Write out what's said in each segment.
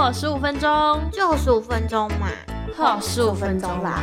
好15分钟， 就15分钟嘛， 好15分钟啦。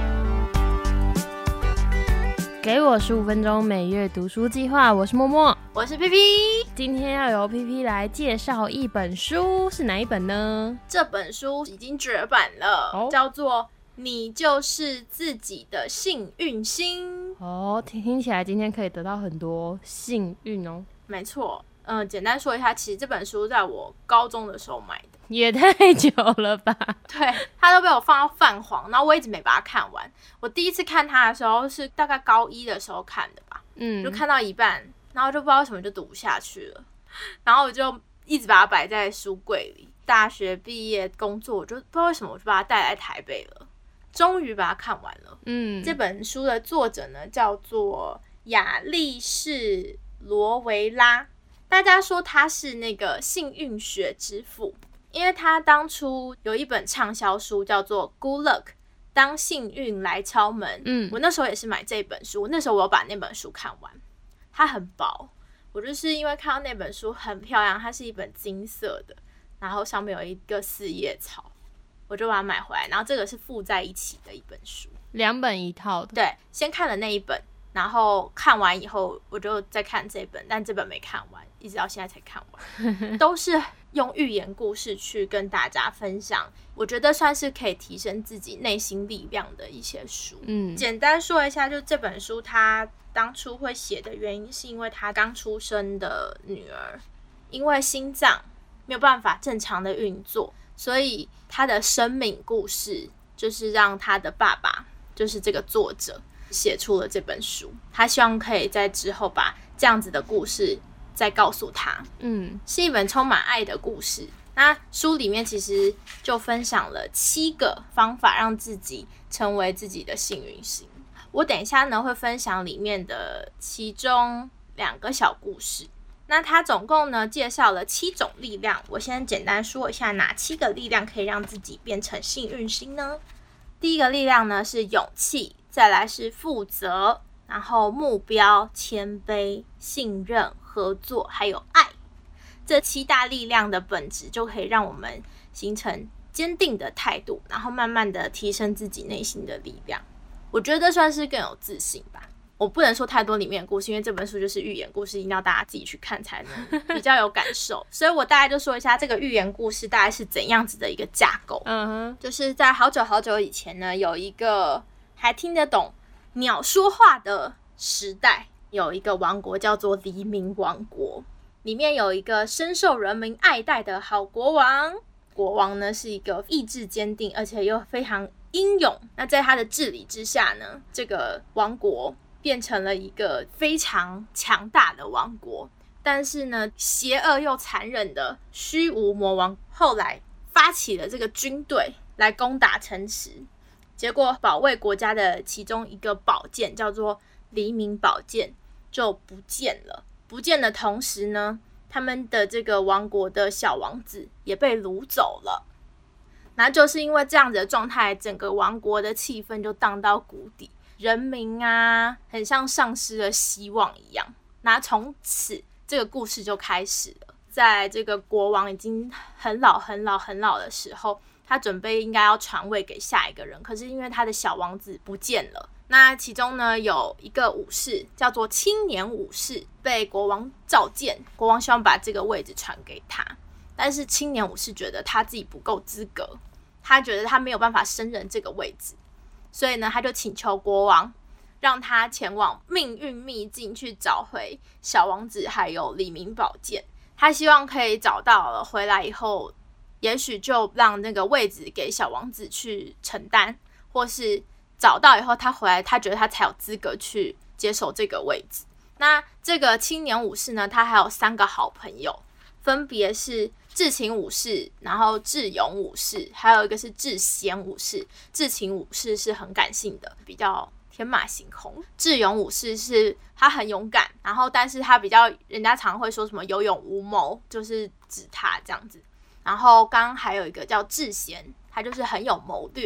给我15分钟每月读书计划，我是默默， 我是 PP。 今天要由 PP 来介绍一本书，是哪一本呢？ 这本书已经绝版了，叫做你就是自己的幸运星。 听起来今天可以得到很多幸运哦。 没错，简单说一下，其实这本书在我高中的时候买的。 也太久了吧。 对，它都被我放到泛黄，然后我一直没把它看完。我第一次看它的时候是大概高一的时候看的吧，就看到一半，然后就不知道为什么就读不下去了，然后我就一直把它摆在书柜里。大学毕业工作，我就不知道为什么我就把它带来台北了，终于把它看完了。这本书的作者呢叫做亚历士罗维拉，大家说他是那个幸运学之父。因为他当初有一本畅销书叫做《Good Luck》，当幸运来敲门。我那时候也是买这本书，那时候我有把那本书看完，它很薄，我就是因为看到那本书很漂亮，它是一本金色的，然后上面有一个4叶草，我就把它买回来，然后这个是附在一起的一本书 ，2本一套的。 对，先看了那一本，然后看完以后我就再看这本，但这本没看完，一直到现在才看完。都是用寓言故事去跟大家分享，我觉得算是可以提升自己内心力量的一些书。简单说一下，就这本书他当初会写的原因是因为他刚出生的女儿因为心脏没有办法正常的运作，所以他的生命故事就是让他的爸爸，就是这个作者写出了这本书，他希望可以在之后把这样子的故事再告诉他。是一本充满爱的故事。那书里面其实就分享了7个方法让自己成为自己的幸运星。我等一下呢会分享里面的其中2个小故事。那它总共呢介绍了7种力量，我先简单说一下哪7个力量可以让自己变成幸运星呢？第一个力量呢是勇气，再来是负责，然后目标、谦卑、信任、合作还有爱。这7大力量的本质就可以让我们形成坚定的态度，然后慢慢的提升自己内心的力量。我觉得算是更有自信吧。我不能说太多里面的故事，因为这本书就是寓言故事，一定要大家自己去看才能比较有感受。所以我大概就说一下这个寓言故事大概是怎样子的一个架构。就是在好久好久以前呢，有一个还听得懂鸟说话的时代，有一个王国叫做黎明王国，里面有一个深受人民爱戴的好国王。国王呢是一个意志坚定而且又非常英勇，那在他的治理之下呢，这个王国变成了一个非常强大的王国。但是呢，邪恶又残忍的虚无魔王后来发起了这个军队来攻打城池，结果保卫国家的其中一个宝剑叫做黎明宝剑就不见了。不见的同时呢，他们的这个王国的小王子也被掳走了。那就是因为这样子的状态，整个王国的气氛就荡到谷底，人民啊很像丧失了希望一样。那从此这个故事就开始了。在这个国王已经很老的时候，他准备应该要传位给下一个人，可是因为他的小王子不见了。那其中呢有一个武士叫做青年武士，被国王召见，国王希望把这个位置传给他，但是青年武士觉得他自己不够资格，他觉得他没有办法胜任这个位置，所以呢他就请求国王让他前往命运秘境去找回小王子还有黎明宝剑。他希望可以找到了，回来以后也许就让那个位置给小王子去承担，或是找到以后他回来，他觉得他才有资格去接手这个位置。那这个青年武士呢，他还有3个好朋友，分别是智勤武士，然后智勇武士，还有一个是智贤武士。智勤武士是很感性的，比较天马行空。智勇武士是他很勇敢，然后但是他比较，人家常会说什么有勇无谋，就是指他这样子。然后刚刚还有一个叫智贤，他就是很有谋略，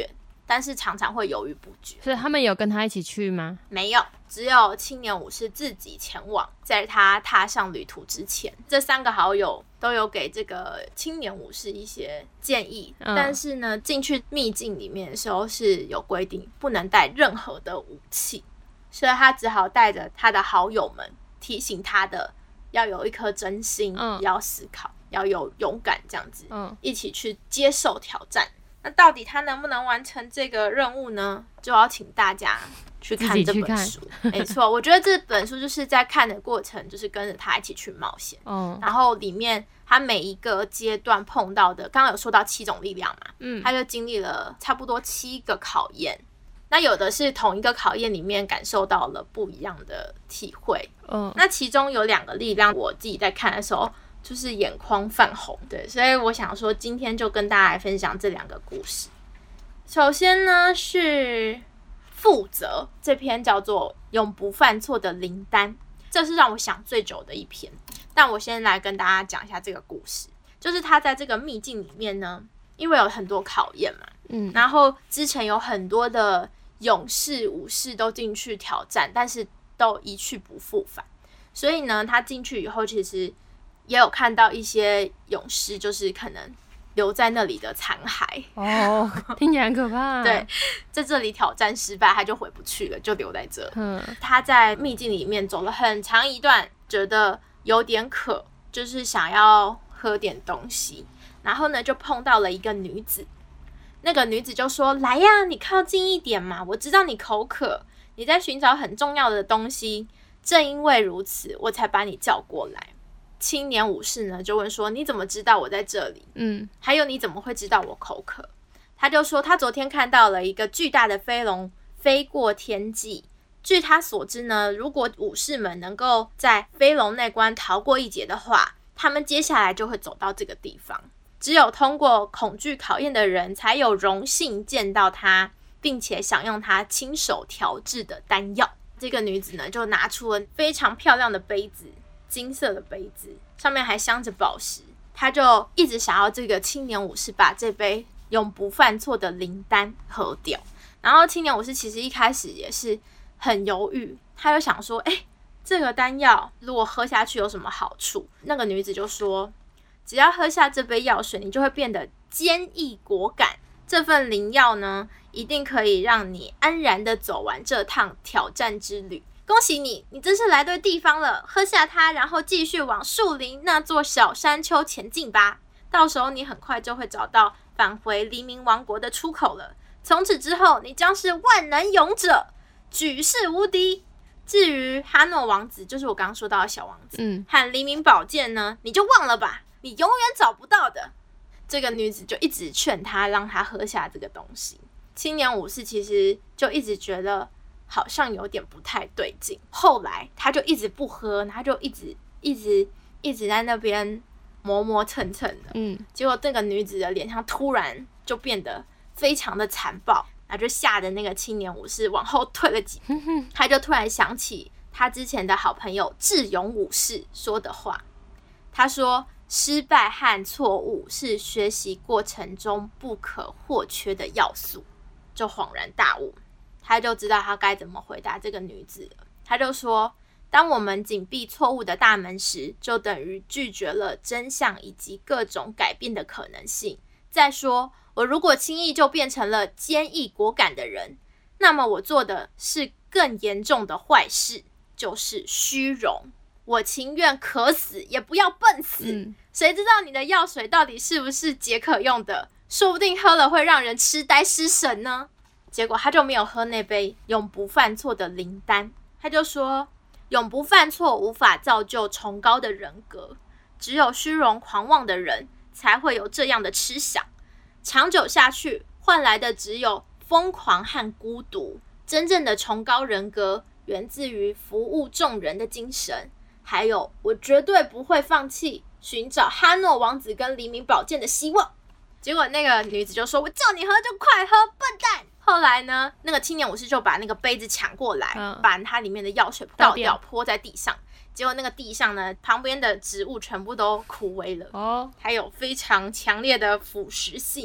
但是常常会犹豫不决。 所以他们有跟他一起去吗？ 没有，只有青年武士自己前往。在他踏上旅途之前，这3个好友都有给这个青年武士一些建议，但是呢，进去秘境里面的时候是有规定不能带任何的武器，所以他只好带着他的好友们提醒他的要有一颗真心，要思考，要有勇敢，这样子，一起去接受挑战。那到底他能不能完成这个任务呢？就要请大家去看这本书。没错，我觉得这本书就是在看的过程，就是跟着他一起去冒险。然后里面他每一个阶段碰到的，刚刚有说到7种力量嘛，他就经历了差不多7个考验。那有的是同一个考验里面感受到了不一样的体会。那其中有2个力量，我自己在看的时候就是眼眶泛红，对，所以我想说今天就跟大家来分享这2个故事。首先呢是负责，这篇叫做永不犯错的灵丹，这是让我想最久的一篇。但我先来跟大家讲一下这个故事，就是他在这个秘境里面呢，因为有很多考验嘛，然后之前有很多的勇士武士都进去挑战，但是都一去不复返，所以呢他进去以后其实也有看到一些勇士就是可能留在那里的残骸。 听起来很可怕。 对，在这里挑战失败他就回不去了，就留在这。他在秘境里面走了很长一段，觉得有点渴，就是想要喝点东西，然后呢就碰到了一个女子。那个女子就说，来呀，你靠近一点嘛，我知道你口渴，你在寻找很重要的东西，正因为如此我才把你叫过来。青年武士呢就问说，你怎么知道我在这里？还有你怎么会知道我口渴？他就说他昨天看到了一个巨大的飞龙飞过天际，据他所知呢，如果武士们能够在飞龙那关逃过一劫的话，他们接下来就会走到这个地方。只有通过恐惧考验的人才有荣幸见到他，并且享用他亲手调制的丹药。这个女子呢就拿出了非常漂亮的杯子，金色的杯子，上面还镶着宝石。她就一直想要这个青年武士把这杯永不犯错的灵丹喝掉。然后青年武士其实一开始也是很犹豫，他就想说这个丹药如果喝下去有什么好处？那个女子就说，只要喝下这杯药水，你就会变得坚毅果敢。这份灵药呢，一定可以让你安然的走完这趟挑战之旅。恭喜你，你真是来对地方了。喝下它，然后继续往树林那座小山丘前进吧。到时候你很快就会找到返回黎明王国的出口了。从此之后，你将是万能勇者，举世无敌。至于哈诺王子，就是我刚刚说到的小王子，和黎明宝剑呢，你就忘了吧，你永远找不到的。这个女子就一直劝他，让他喝下这个东西。青年武士其实就一直觉得好像有点不太对劲，后来他就一直不喝，他就一直在那边磨磨蹭蹭的。结果这个女子的脸上突然就变得非常的残暴，然后就吓得那个青年武士往后退了几步。他就突然想起他之前的好朋友智勇武士说的话，他说失败和错误是学习过程中不可或缺的要素。就恍然大悟，他就知道他该怎么回答这个女子了。他就说，当我们紧闭错误的大门时，就等于拒绝了真相以及各种改变的可能性。再说，我如果轻易就变成了坚毅果敢的人，那么我做的是更严重的坏事，就是虚荣。我情愿渴死也不要笨死。谁知道你的药水到底是不是解渴用的？说不定喝了会让人痴呆失神呢。结果他就没有喝那杯永不犯错的灵丹。他就说，永不犯错无法造就崇高的人格，只有虚荣狂妄的人才会有这样的痴想，长久下去换来的只有疯狂和孤独。真正的崇高人格源自于服务众人的精神，还有我绝对不会放弃寻找哈诺王子跟黎明宝剑的希望。结果那个女子就说，我叫你喝就快喝，笨蛋。后来呢，那个青年武士就把那个杯子抢过来，把它里面的药水倒掉，泼在地上。结果那个地上呢，旁边的植物全部都枯萎了，还有非常强烈的腐蚀性。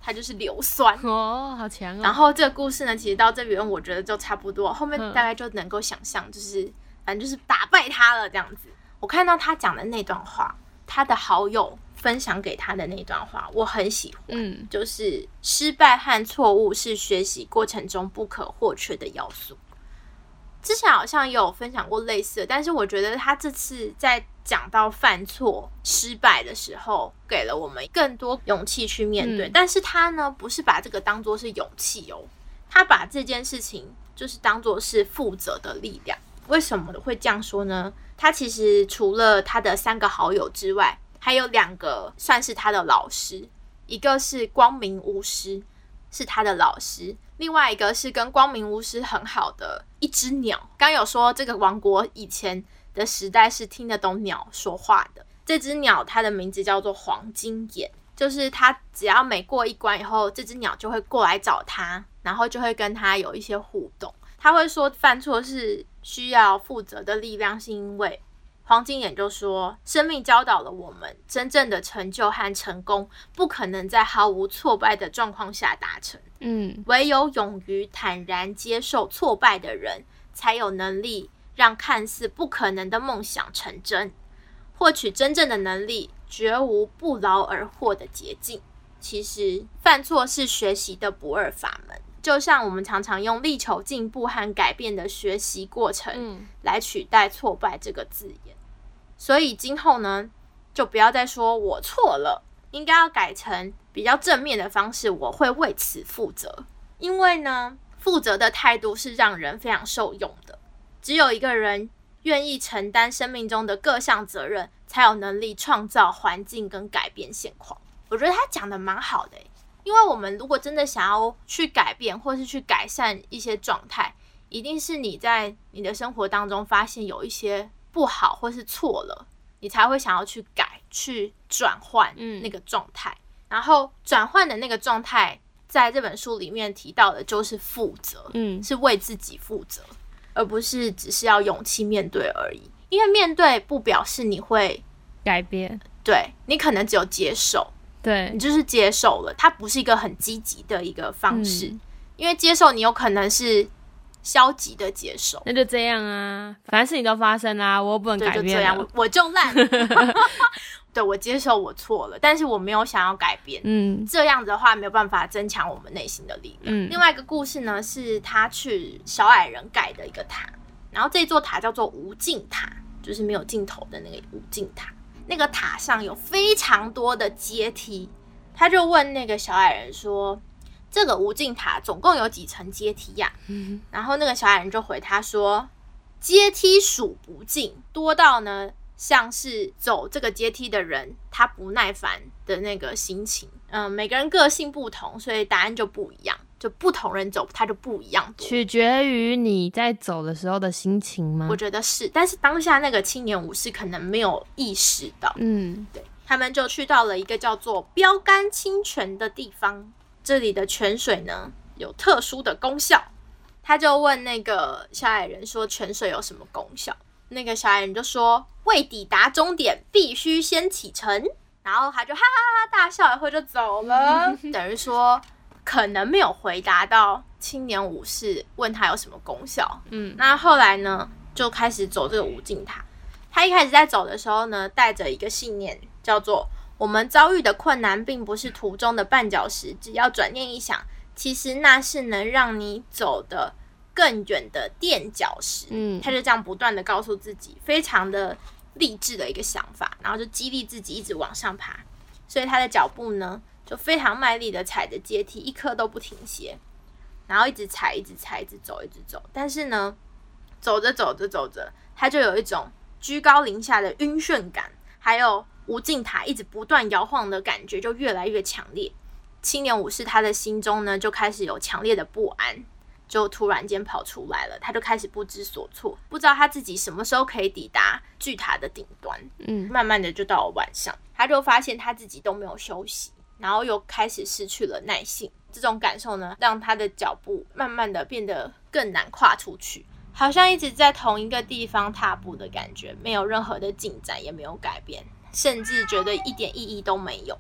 他就是硫酸哦，好强哦。 然后这个故事呢，其实到这边我觉得就差不多，后面大概就能够想象，就是反正就是打败他了这样子。我看到他讲的那段话，他的好友分享给他的那段话，我很喜欢，就是失败和错误是学习过程中不可或缺的要素。之前好像也有分享过类似的，但是我觉得他这次在讲到犯错失败的时候，给了我们更多勇气去面对，但是他呢不是把这个当作是勇气哦，他把这件事情就是当作是负责的力量。为什么会这样说呢？他其实除了他的3个好友之外，还有2个算是他的老师，一个是光明巫师，是他的老师，另外一个是跟光明巫师很好的一只鸟。刚有说这个王国以前的时代是听得懂鸟说话的，这只鸟它的名字叫做黄金眼，就是他只要每过一关以后，这只鸟就会过来找他，然后就会跟他有一些互动。他会说犯错是需要负责的力量，是因为黄金眼就说，生命教导了我们，真正的成就和成功不可能在毫无挫败的状况下达成。唯有勇于坦然接受挫败的人，才有能力让看似不可能的梦想成真。获取真正的能力，绝无不劳而获的捷径。其实犯错是学习的不二法门，就像我们常常用力求进步和改变的学习过程来取代挫败这个字眼。所以今后呢，就不要再说我错了，应该要改成比较正面的方式，我会为此负责。因为呢，负责的态度是让人非常受用的。只有一个人愿意承担生命中的各项责任，才有能力创造环境跟改变现况。我觉得他讲的蛮好的因为我们如果真的想要去改变或是去改善一些状态，一定是你在你的生活当中发现有一些不好或是错了，你才会想要去改，去转换那个状态。然后转换的那个状态，在这本书里面提到的就是负责，是为自己负责，而不是只是要勇气面对而已。因为面对不表示你会改变， 对，你可能只有接受， 对， 你就是接受了，它不是一个很积极的一个方式，因为接受你有可能是消极的接受， 那就这样啊，反正事情都发生啦，我又不能改变了， 对，就这样，我就烂对，我接受我错了，但是我没有想要改变，这样子的话没有办法增强我们内心的力量。另外一个故事呢，是他去小矮人盖的一个塔，然后这座塔叫做无尽塔，就是没有尽头的那个无尽塔。那个塔上有非常多的阶梯，他就问那个小矮人说，这个无尽塔总共有几层阶梯呀？然后那个小矮人就回他说，阶梯数不尽，多到呢像是走这个阶梯的人他不耐烦的那个心情。每个人个性不同，所以答案就不一样，就不同人走他就不一样多， 取决于你在走的时候的心情吗？ 我觉得是，但是当下那个青年武士可能没有意识到。对，他们就去到了一个叫做标杆清泉的地方，这里的泉水呢有特殊的功效。他就问那个小矮人说，泉水有什么功效？那个小矮人就说，未抵达终点必须先启程。然后他就哈哈哈大笑以后就走了等于说可能没有回答到青年武士问他有什么功效。那后来呢就开始走这个无尽塔。他一开始在走的时候呢，带着一个信念，叫做我们遭遇的困难并不是途中的绊脚石，只要转念一想，其实那是能让你走得更远的垫脚石。他就这样不断的告诉自己，非常的励志的一个想法，然后就激励自己一直往上爬。所以他的脚步呢就非常卖力的踩着阶梯，一刻都不停歇，然后一直踩一直踩一直走一直走。但是呢走着走着走着，他就有一种居高临下的晕眩感，还有无尽塔一直不断摇晃的感觉就越来越强烈。青年武士他的心中呢就开始有强烈的不安，就突然间跑出来了。他就开始不知所措，不知道他自己什么时候可以抵达巨塔的顶端。慢慢的就到了晚上，他就发现他自己都没有休息，然后又开始失去了耐性。这种感受呢让他的脚步慢慢的变得更难跨出去，好像一直在同一个地方踏步的感觉，没有任何的进展，也没有改变，甚至觉得一点意义都没有。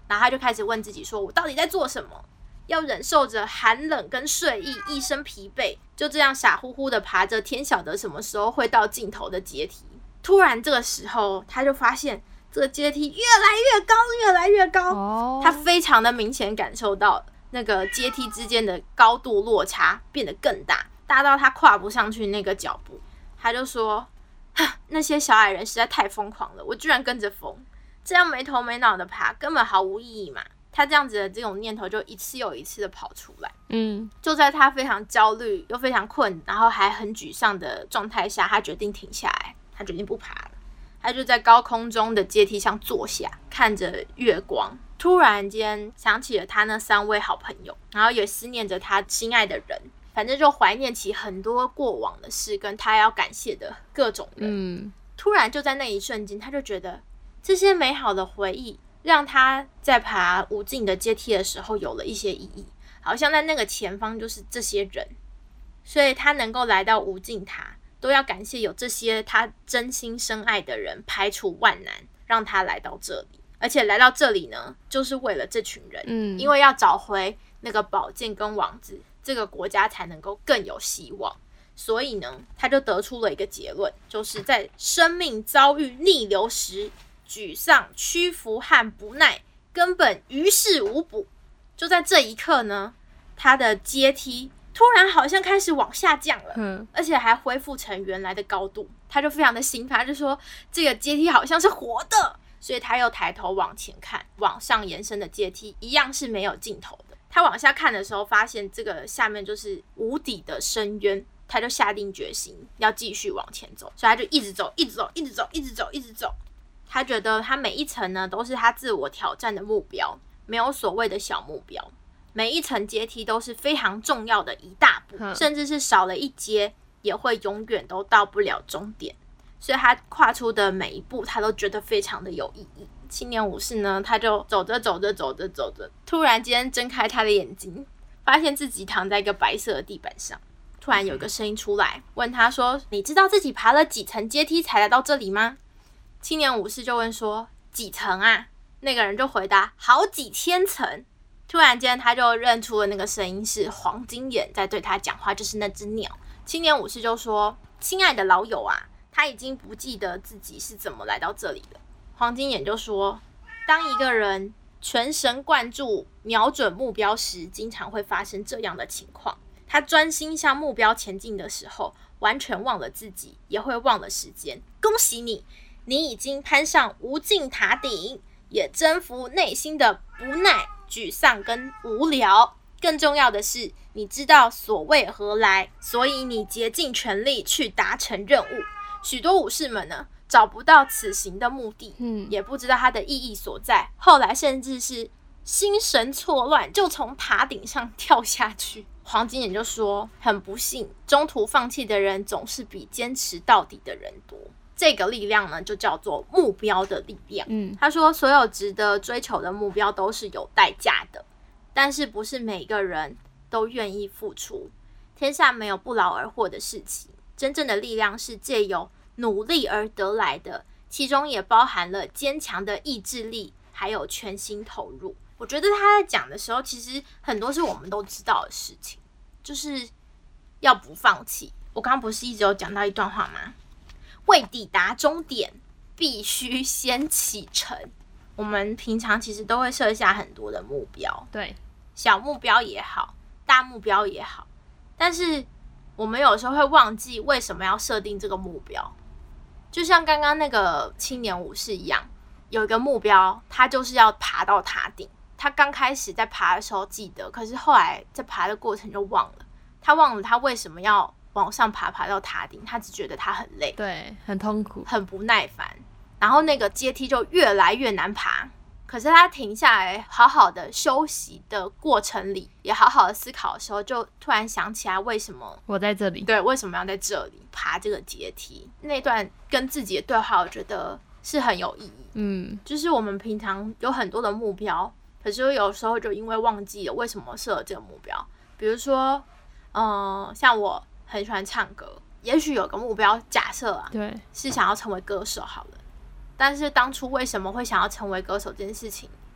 然后他就开始问自己说，我到底在做什么？要忍受着寒冷跟睡意，一身疲惫，就这样傻乎乎的爬着天晓得什么时候会到尽头的阶梯。突然这个时候他就发现这个阶梯越来越高，越来越高，他非常的明显感受到那个阶梯之间的高度落差变得更大，大到他跨不上去那个脚步。他就说，那些小矮人实在太疯狂了，我居然跟着疯，这样没头没脑的爬根本毫无意义嘛。他这样子的这种念头就一次又一次的跑出来。就在他非常焦虑又非常困，然后还很沮丧的状态下，他决定停下来，他决定不爬了。他就在高空中的阶梯上坐下，看着月光，突然间想起了他那3位好朋友，然后也思念着他心爱的人，反正就怀念起很多过往的事跟他要感谢的各种人。突然就在那一瞬间，他就觉得这些美好的回忆让他在爬无尽的阶梯的时候有了一些意义，好像在那个前方就是这些人，所以他能够来到无尽塔，都要感谢有这些他真心深爱的人排除万难让他来到这里。而且来到这里呢，就是为了这群人，因为要找回那个宝剑跟王子，这个国家才能够更有希望。所以呢，他就得出了一个结论，就是在生命遭遇逆流时，沮丧、屈服和不耐根本于事无补。就在这一刻呢，他的阶梯突然好像开始往下降了，而且还恢复成原来的高度。他就非常的兴奋，他就说这个阶梯好像是活的，所以他又抬头往前看，往上延伸的阶梯一样是没有尽头的。他往下看的时候，发现这个下面就是无底的深渊，他就下定决心要继续往前走，所以他就一直走，一直走，一直走，一直走，一直走。他觉得他每一层呢都是他自我挑战的目标，没有所谓的小目标，每一层阶梯都是非常重要的一大步，甚至是少了一阶也会永远都到不了终点。所以他跨出的每一步他都觉得非常的有意义。青年武士呢，他就走着走着走着走着，突然间睁开他的眼睛，发现自己躺在一个白色的地板上。突然有一个声音出来问他说，你知道自己爬了几层阶梯才来到这里吗？青年武士就问说，几层啊？那个人就回答，好几千层。突然间他就认出了那个声音是黄金眼在对他讲话，就是那只鸟。青年武士就说，亲爱的老友啊，他已经不记得自己是怎么来到这里的。黄金眼就说，当一个人全神贯注瞄准目标时，经常会发生这样的情况。他专心向目标前进的时候，完全忘了自己，也会忘了时间。恭喜你，你已经攀上无尽塔顶，也征服内心的不耐、沮丧跟无聊。更重要的是，你知道所谓何来，所以你竭尽全力去达成任务。许多武士们呢，找不到此行的目的，也不知道它的意义所在，后来甚至是心神错乱，就从塔顶上跳下去。黄金眼就说，很不幸，中途放弃的人总是比坚持到底的人多。这个力量呢，就叫做目标的力量。他说，所有值得追求的目标都是有代价的，但是不是每个人都愿意付出。天下没有不劳而获的事情，真正的力量是借由努力而得来的，其中也包含了坚强的意志力，还有全心投入。我觉得他在讲的时候，其实很多是我们都知道的事情，就是要不放弃。我刚刚不是一直有讲到一段话吗？为抵达终点，必须先启程。我们平常其实都会设下很多的目标， 对， 小目标也好，大目标也好，但是我们有时候会忘记为什么要设定这个目标。就像刚刚那个青年武士一样，有一个目标，他就是要爬到塔顶。他刚开始在爬的时候记得，可是后来在爬的过程就忘了。他忘了他为什么要往上爬到塔顶，他只觉得他很累， 对，很痛苦， 很不耐烦，然后那个阶梯就越来越难爬。可是他停下来好好的休息的过程里，也好好的思考的时候，就突然想起来为什么我在这里， 对，为什么要在这里爬这个阶梯。那段跟自己的对话，我觉得是很有意义。就是我们平常有很多的目标，可是有时候就因为忘记了为什么设了这个目标。比如说像我很喜欢唱歌，也许有个目标，假设啊， 对， 是想要成为歌手好了。但是当初为什么会想要成为歌手这件事情，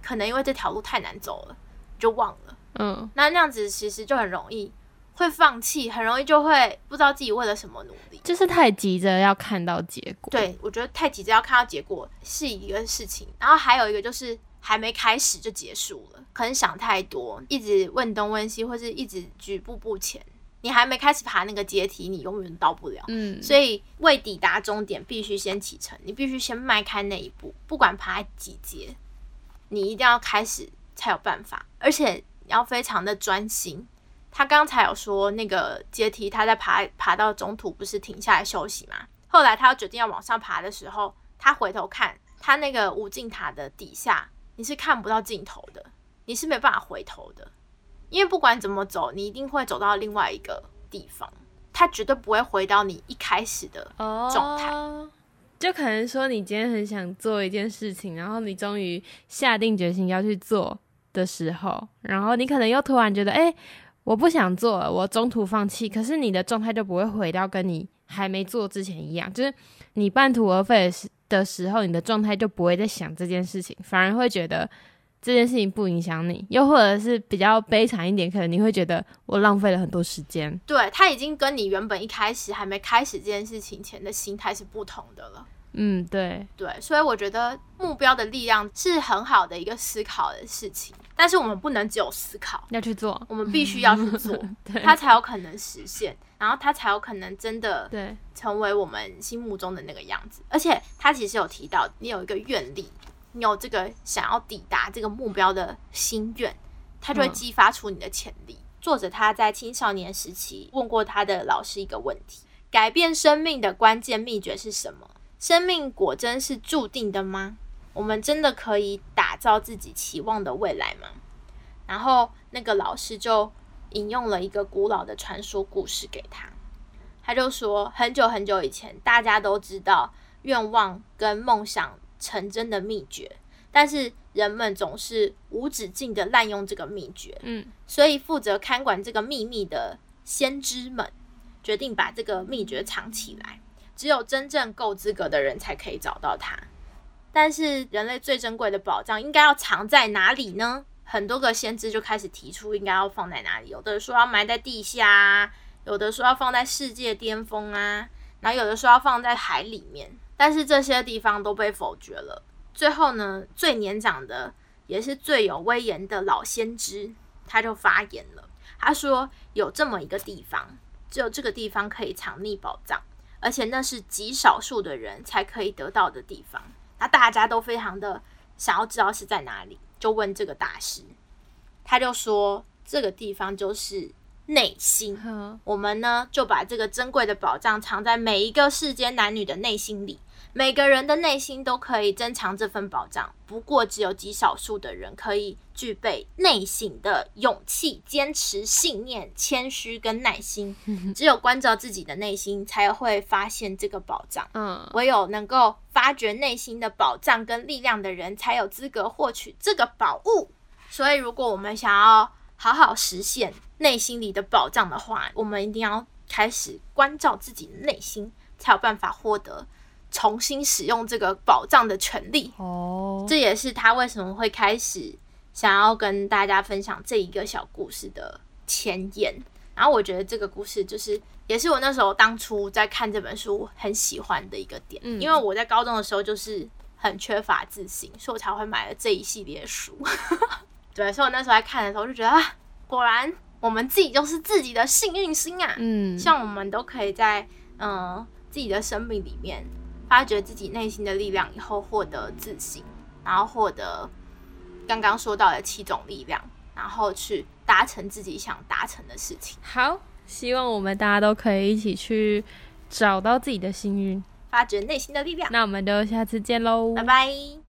可能因为这条路太难走了就忘了，那样子其实就很容易会放弃，很容易就会不知道自己为了什么努力， 就是太急着要看到结果。 对，我觉得太急着要看到结果是一个事情，然后还有一个就是还没开始就结束了，可能想太多，一直问东问西，或是一直举步不前，你还没开始爬那个阶梯，你永远到不了。所以为抵达终点必须先启程，你必须先迈开那一步，不管爬几阶，你一定要开始才有办法，而且你要非常的专心。他刚才有说那个阶梯，他在爬到中途不是停下来休息吗？后来他要决定要往上爬的时候，他回头看他那个无尽塔的底下，你是看不到尽头的，你是没办法回头的，因为不管怎么走，你一定会走到另外一个地方，他绝对不会回到你一开始的状态。 就可能说你今天很想做一件事情，然后你终于下定决心要去做的时候，然后你可能又突然觉得我不想做了，我中途放弃，可是你的状态就不会回到跟你还没做之前一样，就是你半途而废的时候，你的状态就不会再想这件事情，反而会觉得这件事情不影响你，又或者是比较悲惨一点，可能你会觉得我浪费了很多时间。 对，他已经跟你原本一开始还没开始这件事情前的心态是不同的了。 对， 所以我觉得目标的力量是很好的一个思考的事情，但是我们不能只有思考， 要去做， 我们必须要去做它才有可能实现，然后它才有可能真的成为我们心目中的那个样子。而且他其实有提到，你有一个愿力，你有这个想要抵达这个目标的心愿，它就会激发出你的潜力。作者他在青少年时期问过他的老师一个问题：改变生命的关键秘诀是什么？生命果真是注定的吗？我们真的可以打造自己期望的未来吗？然后那个老师就引用了一个古老的传说故事给他，他就说很久很久以前，大家都知道愿望跟梦想成真的秘诀，但是人们总是无止境的滥用这个秘诀，所以负责看管这个秘密的先知们决定把这个秘诀藏起来，只有真正够资格的人才可以找到它。但是人类最珍贵的宝藏应该要藏在哪里呢？很多个先知就开始提出应该要放在哪里，有的说要埋在地下啊，有的说要放在世界巅峰啊，然后有的说要放在海里面，但是这些地方都被否决了。最后呢，最年长的也是最有威严的老先知，他就发言了，他说有这么一个地方，只有这个地方可以藏匿宝藏，而且那是极少数的人才可以得到的地方。那大家都非常的想要知道是在哪里，就问这个大师，他就说这个地方就是内心。我们呢就把这个珍贵的宝藏藏在每一个世间男女的内心里，每个人的内心都可以珍藏这份宝藏，不过只有极少数的人可以具备内省的勇气、坚持、信念、谦虚跟耐心。只有关照自己的内心，才会发现这个宝藏。唯有能够发掘内心的宝藏跟力量的人，才有资格获取这个宝物。所以如果我们想要好好实现内心里的宝藏的话，我们一定要开始关照自己的内心，才有办法获得重新使用这个宝藏的权利。这也是他为什么会开始想要跟大家分享这一个小故事的前言。然后我觉得这个故事就是也是我那时候当初在看这本书很喜欢的一个点，因为我在高中的时候就是很缺乏自信，所以我才会买了这一系列书。对，所以我那时候在看的时候就觉得果然我们自己就是自己的幸运星啊。希望我们都可以在自己的生命里面发掘自己内心的力量以后，获得自信，然后获得刚刚说到的7种力量，然后去达成自己想达成的事情。 好，希望我们大家都可以一起去找到自己的幸运， 发掘内心的力量。 那我们就下次见咯， 拜拜。